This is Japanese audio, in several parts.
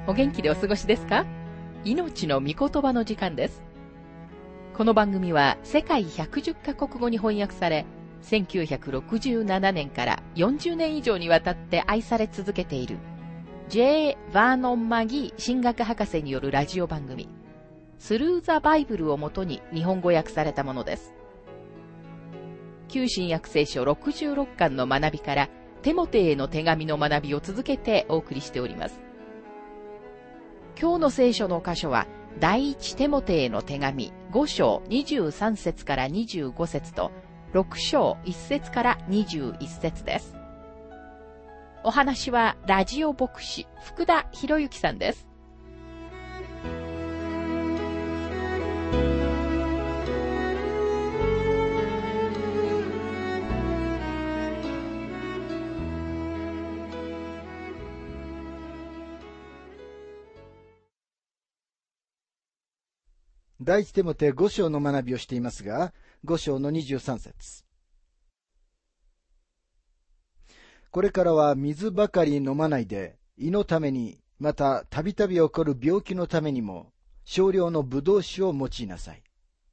お元気でお過ごしですか？命の御言葉の時間です。この番組は世界110カ国語に翻訳され、1967年から40年以上にわたって愛され続けている J. バーノン・マギー神学博士によるラジオ番組スルー・ザ・バイブルをもとに日本語訳されたものです。旧新約聖書66巻の学びからテモテへの手紙の学びを続けてお送りしております。今日の聖書の箇所は第一テモテへの手紙5章23節から25節と6章1節から21節です。お話はラジオ牧師福田博之さんです。 第一テモテ5章の学びをしていますが、5章の23節。これからは水ばかり飲まないで、胃のために、またたびたび起こる病気のためにも、少量のブドウ酒を用いなさい。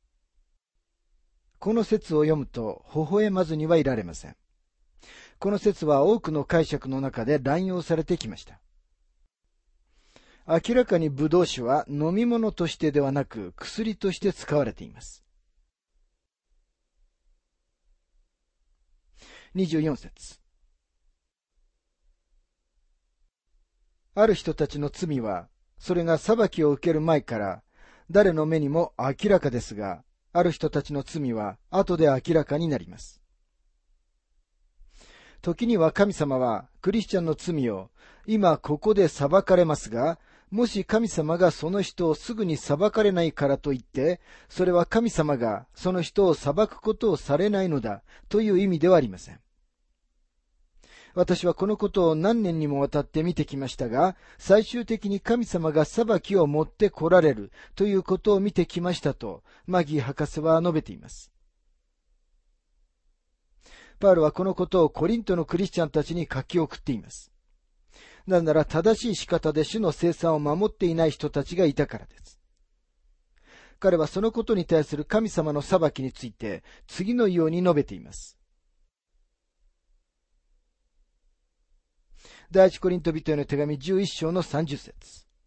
この説を読むと、微笑まずにはいられません。この説は多くの解釈の中で乱用されてきました。明らかにブドウ酒は飲み物としてではなく薬として使われています。24節。ある人たちの罪は、それが裁きを受ける前から誰の目にも明らかですが、ある人たちの罪は後で明らかになります。時には神様はクリスチャンの罪を今ここで裁かれますが、もし神様がその人をすぐに裁かれないからといって、それは神様がその人を裁くことをされないのだという意味ではありません。私はこのことを何年にもわたって見てきましたが、最終的に神様が裁きを持って来られるということを見てきましたと、マギー博士は述べています。パウロはこのことをコリントのクリスチャンたちに書き送っています。なぜなら正しい仕方で主の聖餐を守っていない人たちがいたからです。彼はそのことに対する神様の裁きについて次のように述べています。第一コリント人への手紙11章の30節。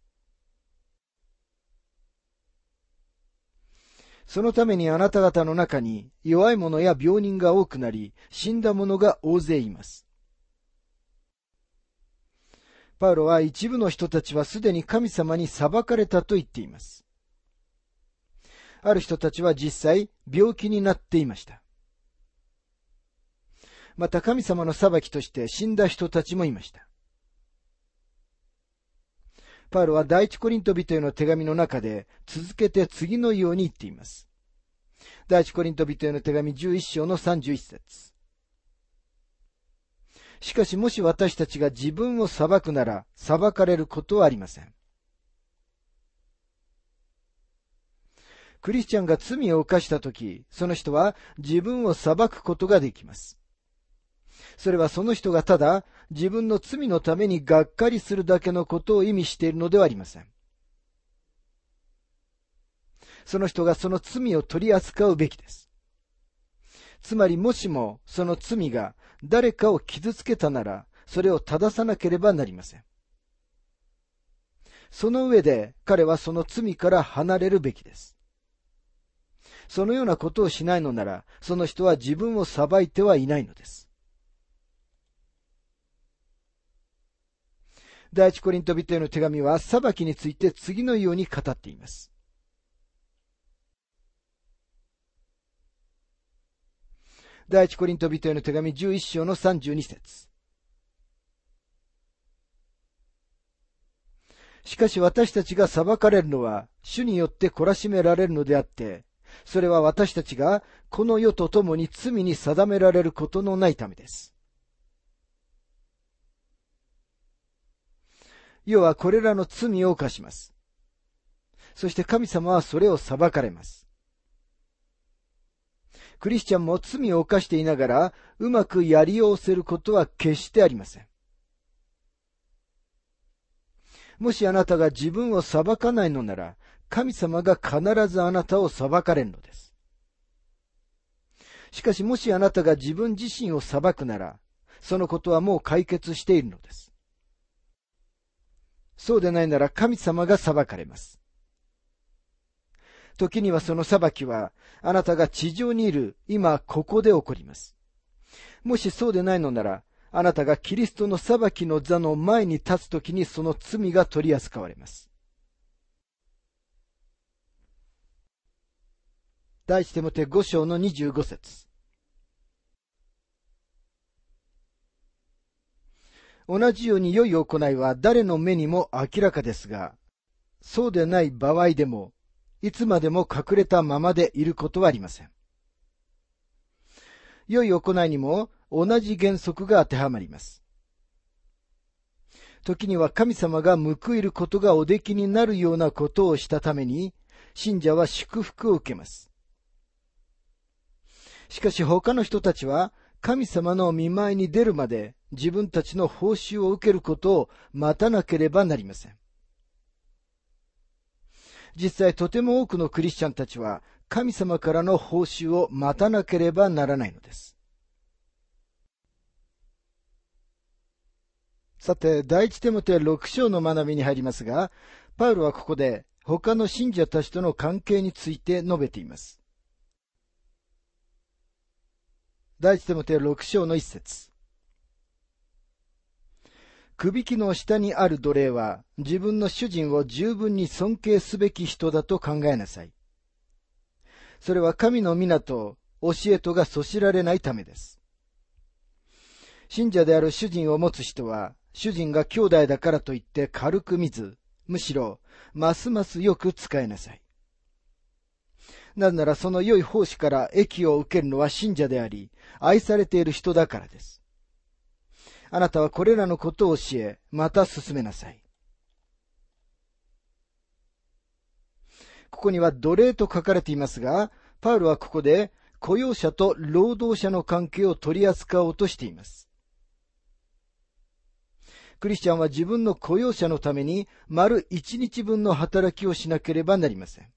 そのためにあなた方の中に弱い者や病人が多くなり、死んだ者が大勢います。パウロは一部の人たちはすでに神様に裁かれたと言っています。ある人たちは実際病気になっていました。また神様の裁きとして死んだ人たちもいました。パウロは第一コリント人への手紙の中で続けて次のように言っています。第一コリント人への手紙11章の31節。しかしもし私たちが自分を裁くなら裁かれることはありません。クリスチャンが罪を犯したとき、その人は自分を裁くことができます。それはその人がただ自分の罪のためにがっかりするだけのことを意味しているのではありません。その人がその罪を取り扱うべきです。つまりもしもその罪が誰かを傷つけたなら、それを正さなければなりません。その上で彼はその罪から離れるべきです。そのようなことをしないのなら、その人は自分を裁いてはいないのです。第一コリント人への手紙は裁きについて次のように語っています。第一コリント人への手紙11章の32節。しかし私たちが裁かれるのは主によって懲らしめられるのであって、それは私たちがこの世とともに罪に定められることのないためです。世はこれらの罪を犯します。そして神様はそれを裁かれます。クリスチャンも罪を犯していながらうまくやりおせることは決してありません。 もしあなたが自分を裁かないのなら、神様が必ずあなたを裁かれるのです。しかしもしあなたが自分自身を裁くなら、そのことはもう解決しているのです。そうでないなら神様が裁かれます。時にはその裁きは、あなたが地上にいる今ここで起こります。もしそうでないのなら、あなたがキリストの裁きの座の前に立つときにその罪が取り扱われます。第一テモテ5章の25節。同じように良い行いは誰の目にも明らかですが、そうでない場合でも、いつまでも隠れたままでいることはありません。良い行いにも同じ原則が当てはまります。時には神様が報いることがおできになるようなことをしたために、信者は祝福を受けます。しかし他の人たちは、神様の御前に出るまで自分たちの報酬を受けることを待たなければなりません。実際とても多くのクリスチャンたちは神様からの報酬を待たなければならないのです。さて、第一テモテ6章の学びに入りますが、パウロはここで他の信者たちとの関係について述べています。第一テモテ6章の1節。くびきの下にある奴隷は自分の主人を十分に尊敬すべき人だと考えなさい。それは神の皆と教えとがそしられないためです。信者である主人を持つ人は、主人が兄弟だからといって軽く見ず、むしろますますよく使いなさい。なぜならその良い奉仕から益を受けるのは信者であり、愛されている人だからです。あなたはこれらのことを教え、また進めなさい。ここには奴隷と書かれていますが、パウロはここで雇用者と労働者の関係を取り扱おうとしています。クリスチャンは自分の雇用者のために丸1日分の働きをしなければなりません。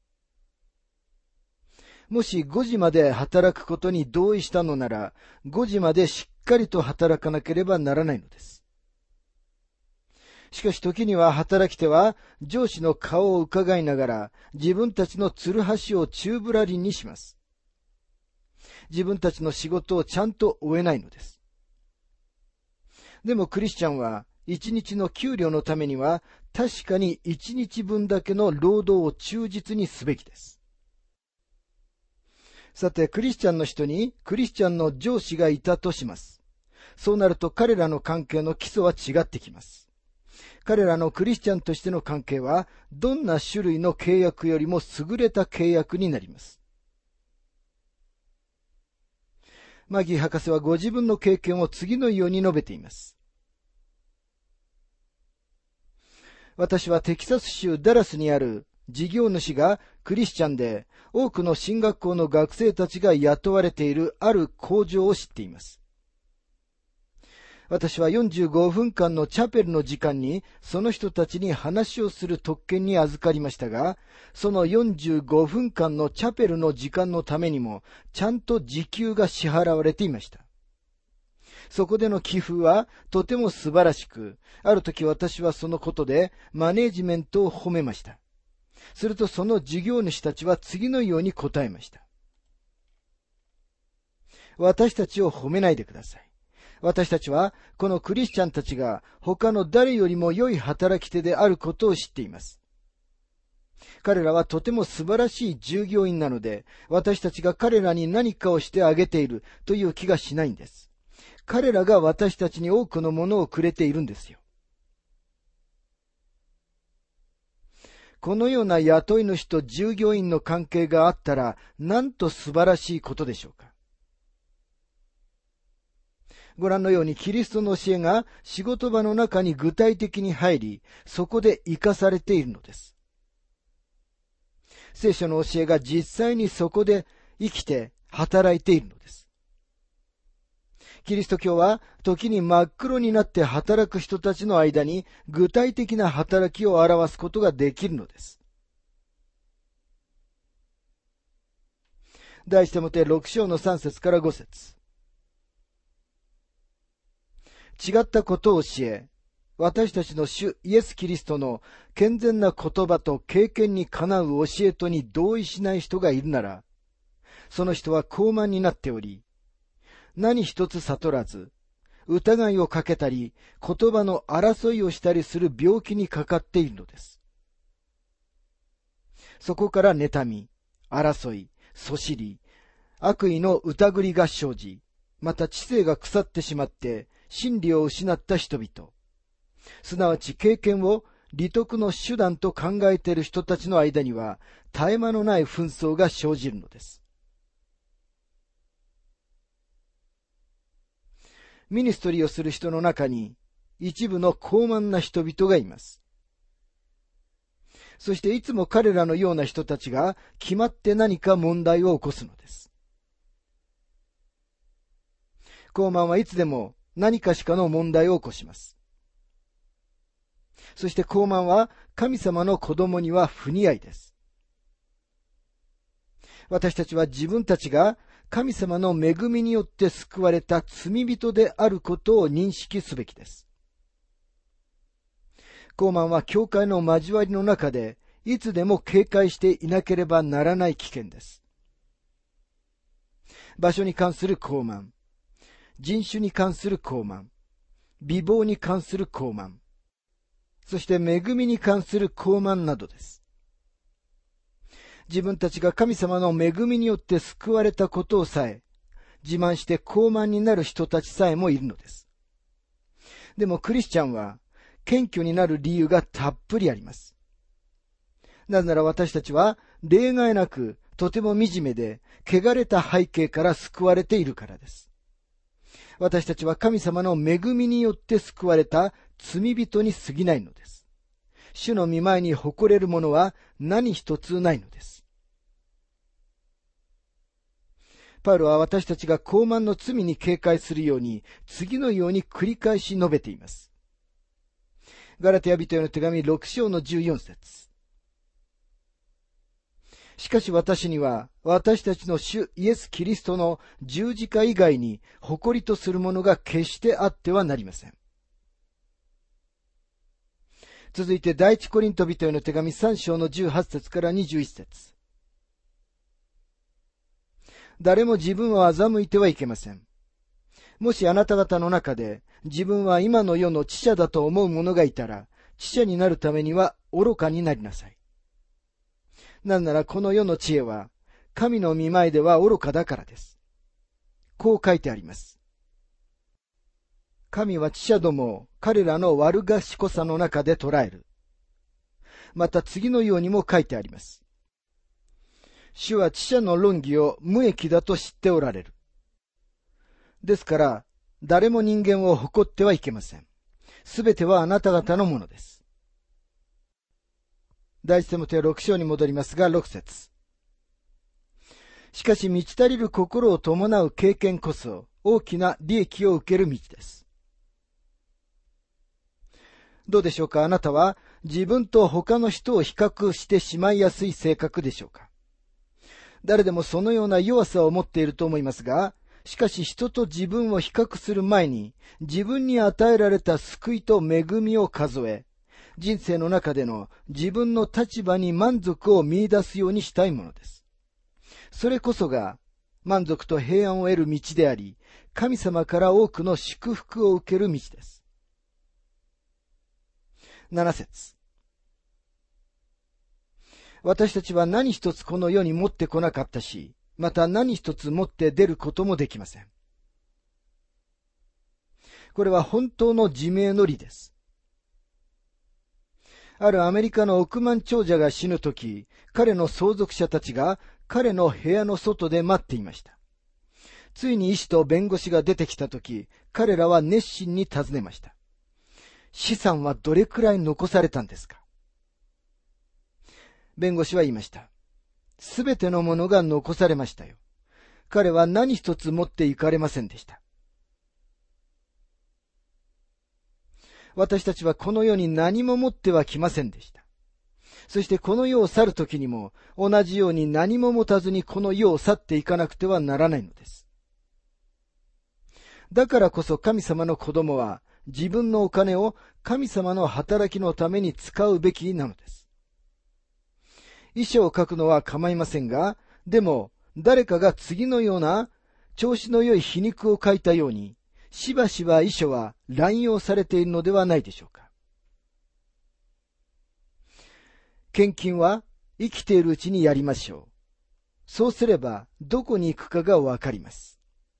もし5時まで働くことに同意したのなら、5時までしっかりと働かなければならないのです。しかし時には働き手は上司の顔を伺いながら自分たちのつるはしを宙ぶらりんにします。自分たちの仕事をちゃんと終えないのです。でもクリスチャンは1日の給料のためには確かに1日分だけの労働を忠実にすべきです。さて、クリスチャンの人にクリスチャンの上司がいたとします。そうなると彼らの関係の基礎は違ってきます。彼らのクリスチャンとしての関係はどんな種類の契約よりも優れた契約になります。マギー博士はご自分の経験を次のように述べています。私はテキサス州ダラスにある事業主がクリスチャンで多くの進学校の学生たちが雇われているある工場を知っています。私は45分間のチャペルの時間にその人たちに話をする特権に預かりましたが、その45分間のチャペルの時間のためにもちゃんと時給が支払われていました。そこでの寄付はとても素晴らしく、ある時私はそのことでマネージメントを褒めました。するとその事業主たちは次のように答えました。私たちを褒めないでください。私たちはこのクリスチャンたちが他の誰よりも良い働き手であることを知っています。彼らはとても素晴らしい従業員なので、私たちが彼らに何かをしてあげているという気がしないんです。彼らが私たちに多くのものをくれているんですよ。このような雇い主と従業員の関係があったら、なんと素晴らしいことでしょうか。ご覧のようにキリストの教えが仕事場の中に具体的に入り、そこで生かされているのです。聖書の教えが実際にそこで生きて働いているのです。 キリスト教は時に真っ黒になって働く人たちの間に具体的な働きを表すことができるのです。第一テモテ6章の3節から5節。違ったことを教え、私たちの主イエス・キリストの健全な言葉と経験にかなう教えとに同意しない人がいるなら、その人は高慢になっており、何一つ悟らず、疑いをかけたり、言葉の争いをしたりする病気にかかっているのです。そこから妬み、争い、そしり、悪意の疑りが生じ、また知性が腐ってしまって、真理を失った人々、すなわち経験を利得の手段と考えている人たちの間には、絶え間のない紛争が生じるのです。ミニストリーをする人の中に、一部の高慢な人々がいます。そしていつも彼らのような人たちが決まって何か問題を起こすのです。高慢はいつでも何かしかの問題を起こします。そして高慢は神様の子供には不似合いです。私たちは自分たちが神様の恵みによって救われた罪人であることを認識すべきです。高慢は教会の交わりの中でいつでも警戒していなければならない危険です。場所に関する高慢、人種に関する高慢、美貌に関する高慢、そして恵みに関する高慢などです。自分たちが神様の恵みによって救われたことをさえ、自慢して高慢になる人たちさえもいるのです。でもクリスチャンは、謙虚になる理由がたっぷりあります。なぜなら私たちは、例外なく、とても惨めで、汚れた背景から救われているからです。私たちは神様の恵みによって救われた罪人に過ぎないのです。主の御前に誇れるものは何一つないのです。パウロは私たちが高慢の罪に警戒するように、次のように繰り返し述べています。ガラテヤ人への手紙6章の14節。しかし私には、私たちの主イエス・キリストの十字架以外に誇りとするものが決してあってはなりません。続いて第一コリント人への手紙3章の18節から21節。誰も自分を欺いてはいけません。もしあなた方の中で自分は今の世の知者だと思う者がいたら、知者になるためには愚かになりなさい。なぜならこの世の知恵は、神の御前では愚かだからです。こう書いてあります。神は知者どもを彼らの悪賢さの中で捉える。また次のようにも書いてあります。主は知者の論議を無益だと知っておられる。ですから、誰も人間を誇ってはいけません。すべてはあなた方のものです。第一テモテ6章に戻りますが、6節。しかし満ち足りる心を伴う経験こそ大きな利益を受ける道です。どうでしょうか。あなたは自分と他の人を比較してしまいやすい性格でしょうか。誰でもそのような弱さを持っていると思いますが、しかし人と自分を比較する前に自分に与えられた救いと恵みを数え、人生の中での自分の立場に満足を見出すようにしたいものです。それこそが満足と平安を得る道であり、神様から多くの祝福を受ける道です。7節。私たちは何一つこの世に持ってこなかったし、また何一つ持って出ることもできません。これは本当の自明の理です。あるアメリカの億万長者が死ぬとき、彼の相続者たちが彼の部屋の外で待っていました。ついに医師と弁護士が出てきたとき、彼らは熱心に尋ねました。資産はどれくらい残されたんですか？弁護士は言いました。すべてのものが残されましたよ。彼は何一つ持って行かれませんでした。 私たちはこの世に何も持ってはきませんでした。そしてこの世を去るときにも、同じように何も持たずにこの世を去っていかなくてはならないのです。だからこそ神様の子供は、自分のお金を神様の働きのために使うべきなのです。遺書を書くのは構いませんが、でも誰かが次のような調子の良い皮肉を書いたように、しばしば遺書は乱用されているのではないでしょうか。献金は生きているうちにやりましょう。そうすればどこに行くかがわかります。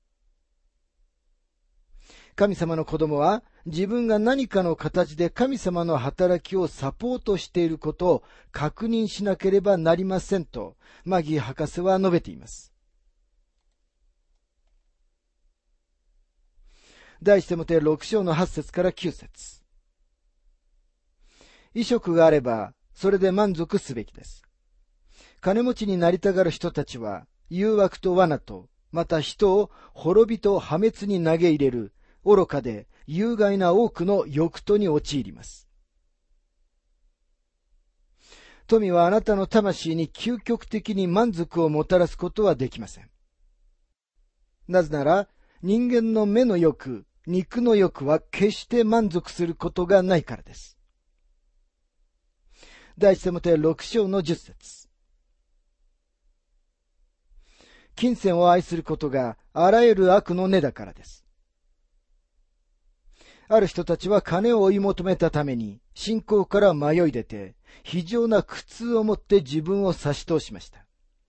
神様の子供は自分が何かの形で神様の働きをサポートしていることを確認しなければなりませんと、マギー博士は述べています。第一テモテ6章の8節から9節。衣食があれば、それで満足すべきです。金持ちになりたがる人たちは、誘惑と罠と、また人を滅びと破滅に投げ入れる、愚かで有害な多くの欲途に陥ります。富はあなたの魂に究極的に満足をもたらすことはできません。なぜなら、人間の目の欲、肉の欲は決して満足することがないからです。第一テモテ6章の10節。金銭を愛することがあらゆる悪の根だからです。ある人たちは金を追い求めたために信仰から迷い出て、非常な苦痛をもって自分を差し通しました。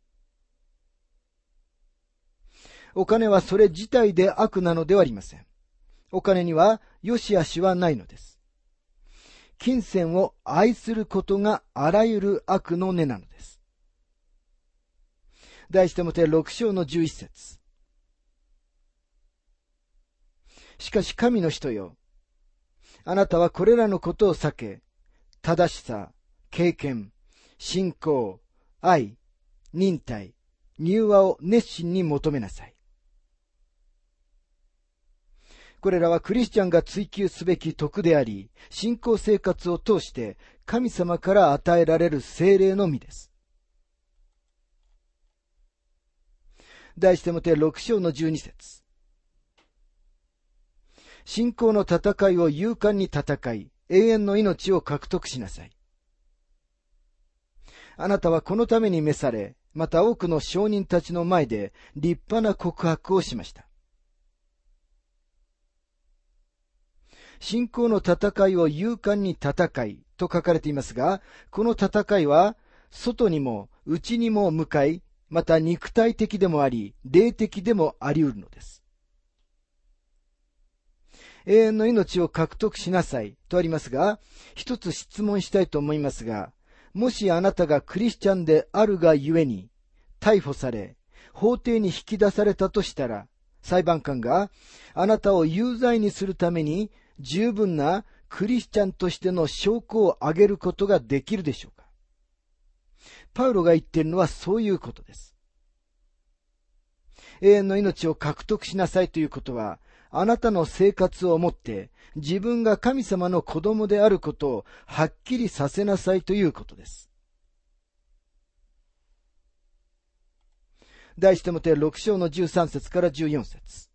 お金はそれ自体で悪なのではありません。お金には良し悪しはないのです。金銭を愛することがあらゆる悪の根なのです。第一テモテ6章の11節。しかし神の人よ、あなたはこれらのことを避け、正しさ、経験、信仰、愛、忍耐、柔和を熱心に求めなさい。これらはクリスチャンが追求すべき徳であり、信仰生活を通して神様から与えられる聖霊の実です。第一テモテ6章の12節。信仰の戦いを勇敢に戦い、永遠の命を獲得しなさい。あなたはこのために召され、また多くの証人たちの前で立派な告白をしました。信仰の戦いを勇敢に戦いと書かれていますが、この戦いは外にも内にも向かい、また肉体的でもあり、霊的でもあり得るのです。永遠の命を獲得しなさいとありますが、一つ質問したいと思いますが、もしあなたがクリスチャンであるがゆえに逮捕され、法廷に引き出されたとしたら、裁判官があなたを有罪にするために十分なクリスチャンとしての証拠を挙げることができるでしょうか。パウロが言っているのはそういうことです。永遠の命を獲得しなさいということは、あなたの生活をもって自分が神様の子供であることをはっきりさせなさいということです。第一テモテ6章の13節から14節。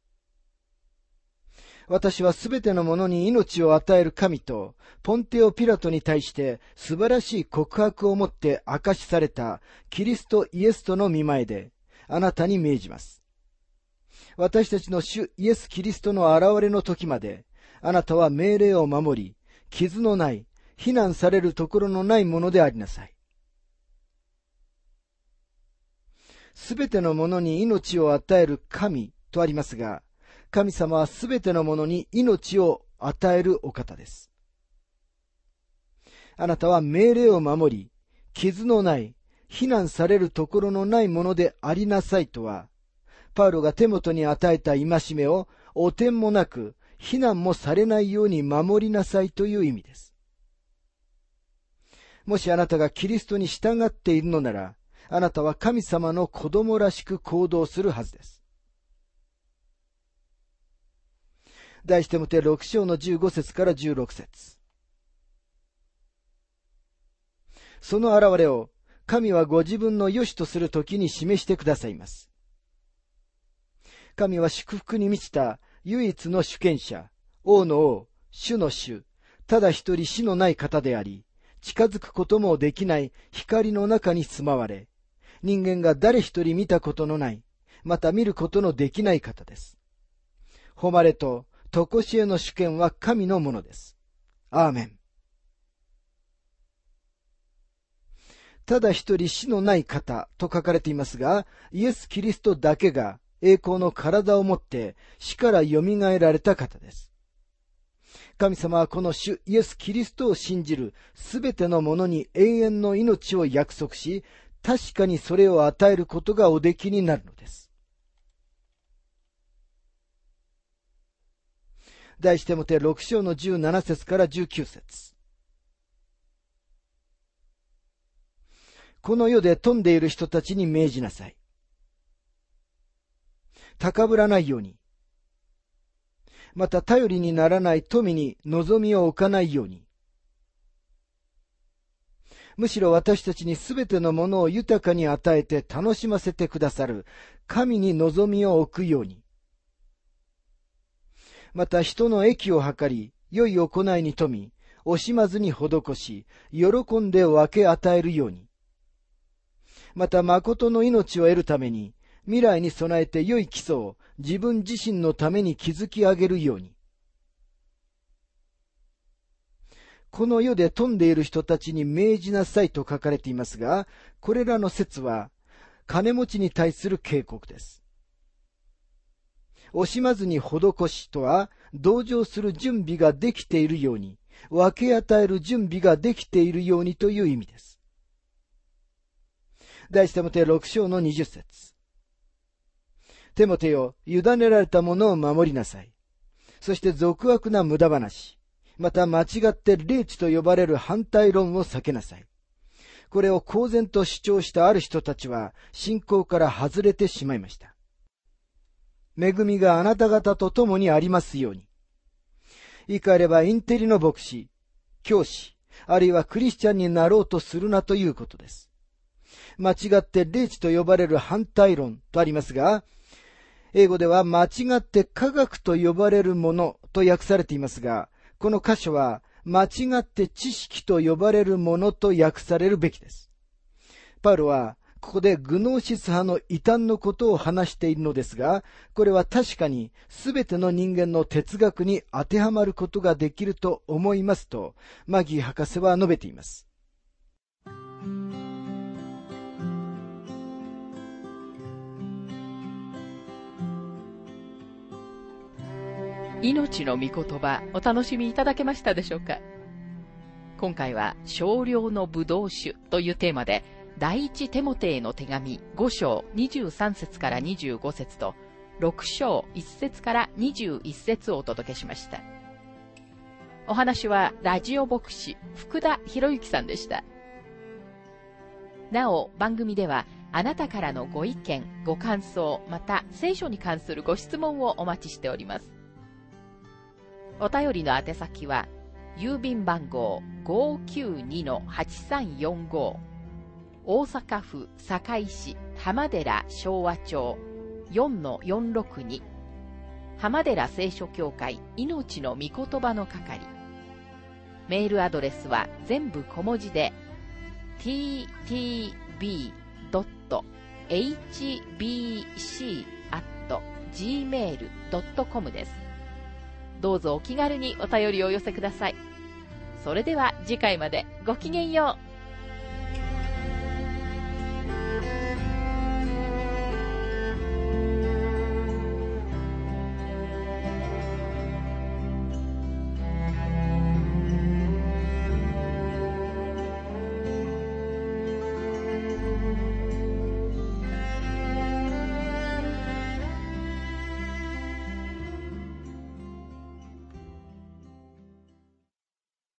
私はすべてのものに命を与える神と、ポンテオ・ピラトに対して素晴らしい告白をもって証しされたキリストイエスとの御前で、あなたに命じます。私たちの主イエス・キリストの現れの時まで、あなたは命令を守り、傷のない、非難されるところのないものでありなさい。すべてのものに命を与える神とありますが、神様はすべてのものに命を与えるお方です。あなたは命令を守り、傷のない、非難されるところのないものでありなさいとは、パウロがテモテに与えた戒めを汚点もなく、非難もされないように守りなさいという意味です。もしあなたがキリストに従っているのなら、あなたは神様の子供らしく行動するはずです。 第一テモテ6章の15節から16節。その現れを神はご自分の良しとするときに示してくださいます。神は祝福に満ちた唯一の主権者、王の王、主の主、ただ一人死のない方であり、近づくこともできない光の中に住まわれ、人間が誰一人見たことのない、また見ることのできない方です。誉れと常しえの主権は神のものです。アーメン。ただ一人死のない方と書かれていますが、イエス・キリストだけが栄光の体をもって死からよみがえられた方です。神様はこの主イエス・キリストを信じるすべてのものに永遠の命を約束し、確かにそれを与えることがおできになるのです。第一テモテ6章の17節から19節。この世で富んでいる人たちに命じなさい。高ぶらないように。また頼りにならない富に望みを置かないように。むしろ私たちにすべてのものを豊かに与えて楽しませてくださる神に望みを置くように。また人の益を図り、良い行いに富み、惜しまずに施し、喜んで分け与えるように。また誠の命を得るために、未来に備えて良い基礎を自分自身のために築き上げるように。この世で富んでいる人たちに命じなさいと書かれていますが、これらの説は金持ちに対する警告です。惜しまずに施しとは、同情する準備ができているように、分け与える準備ができているようにという意味です。第一テモテ6章の20節。テモテよ、委ねられたものを守りなさい。そして俗悪な無駄話、また間違って霊知と呼ばれる反対論を避けなさい。これを公然と主張したある人たちは信仰から外れてしまいました。恵みがあなた方と共にありますように。言い換えればインテリの牧師、教師、あるいはクリスチャンになろうとするなということです。間違って霊知と呼ばれる反対論とありますが、英語では間違って科学と呼ばれるものと訳されていますが、この箇所は間違って知識と呼ばれるものと訳されるべきです。パウロはここでグノーシス派の異端のことを話しているのですが、これは確かにすべての人間の哲学に当てはまることができると思いますと、マギー博士は述べています。 命の御言葉、お楽しみいただけましたでしょうか。今回は少量のブドウ酒というテーマで、第一テモテへの手紙5章23節から25節と6章1節から21節をお届けしました。お話はラジオ牧師福田博之さんでした。なお番組ではあなたからのご意見、ご感想、また聖書に関するご質問をお待ちしております。お便りの宛先は郵便番号 592-8345 大阪府堺市浜寺昭和町 4-462 浜寺聖書協会命の御言葉の係。メールアドレスは全部小文字で ttb.hbc@gmail.com です。どうぞお気軽にお便りをお寄せください。それでは次回までごきげんよう。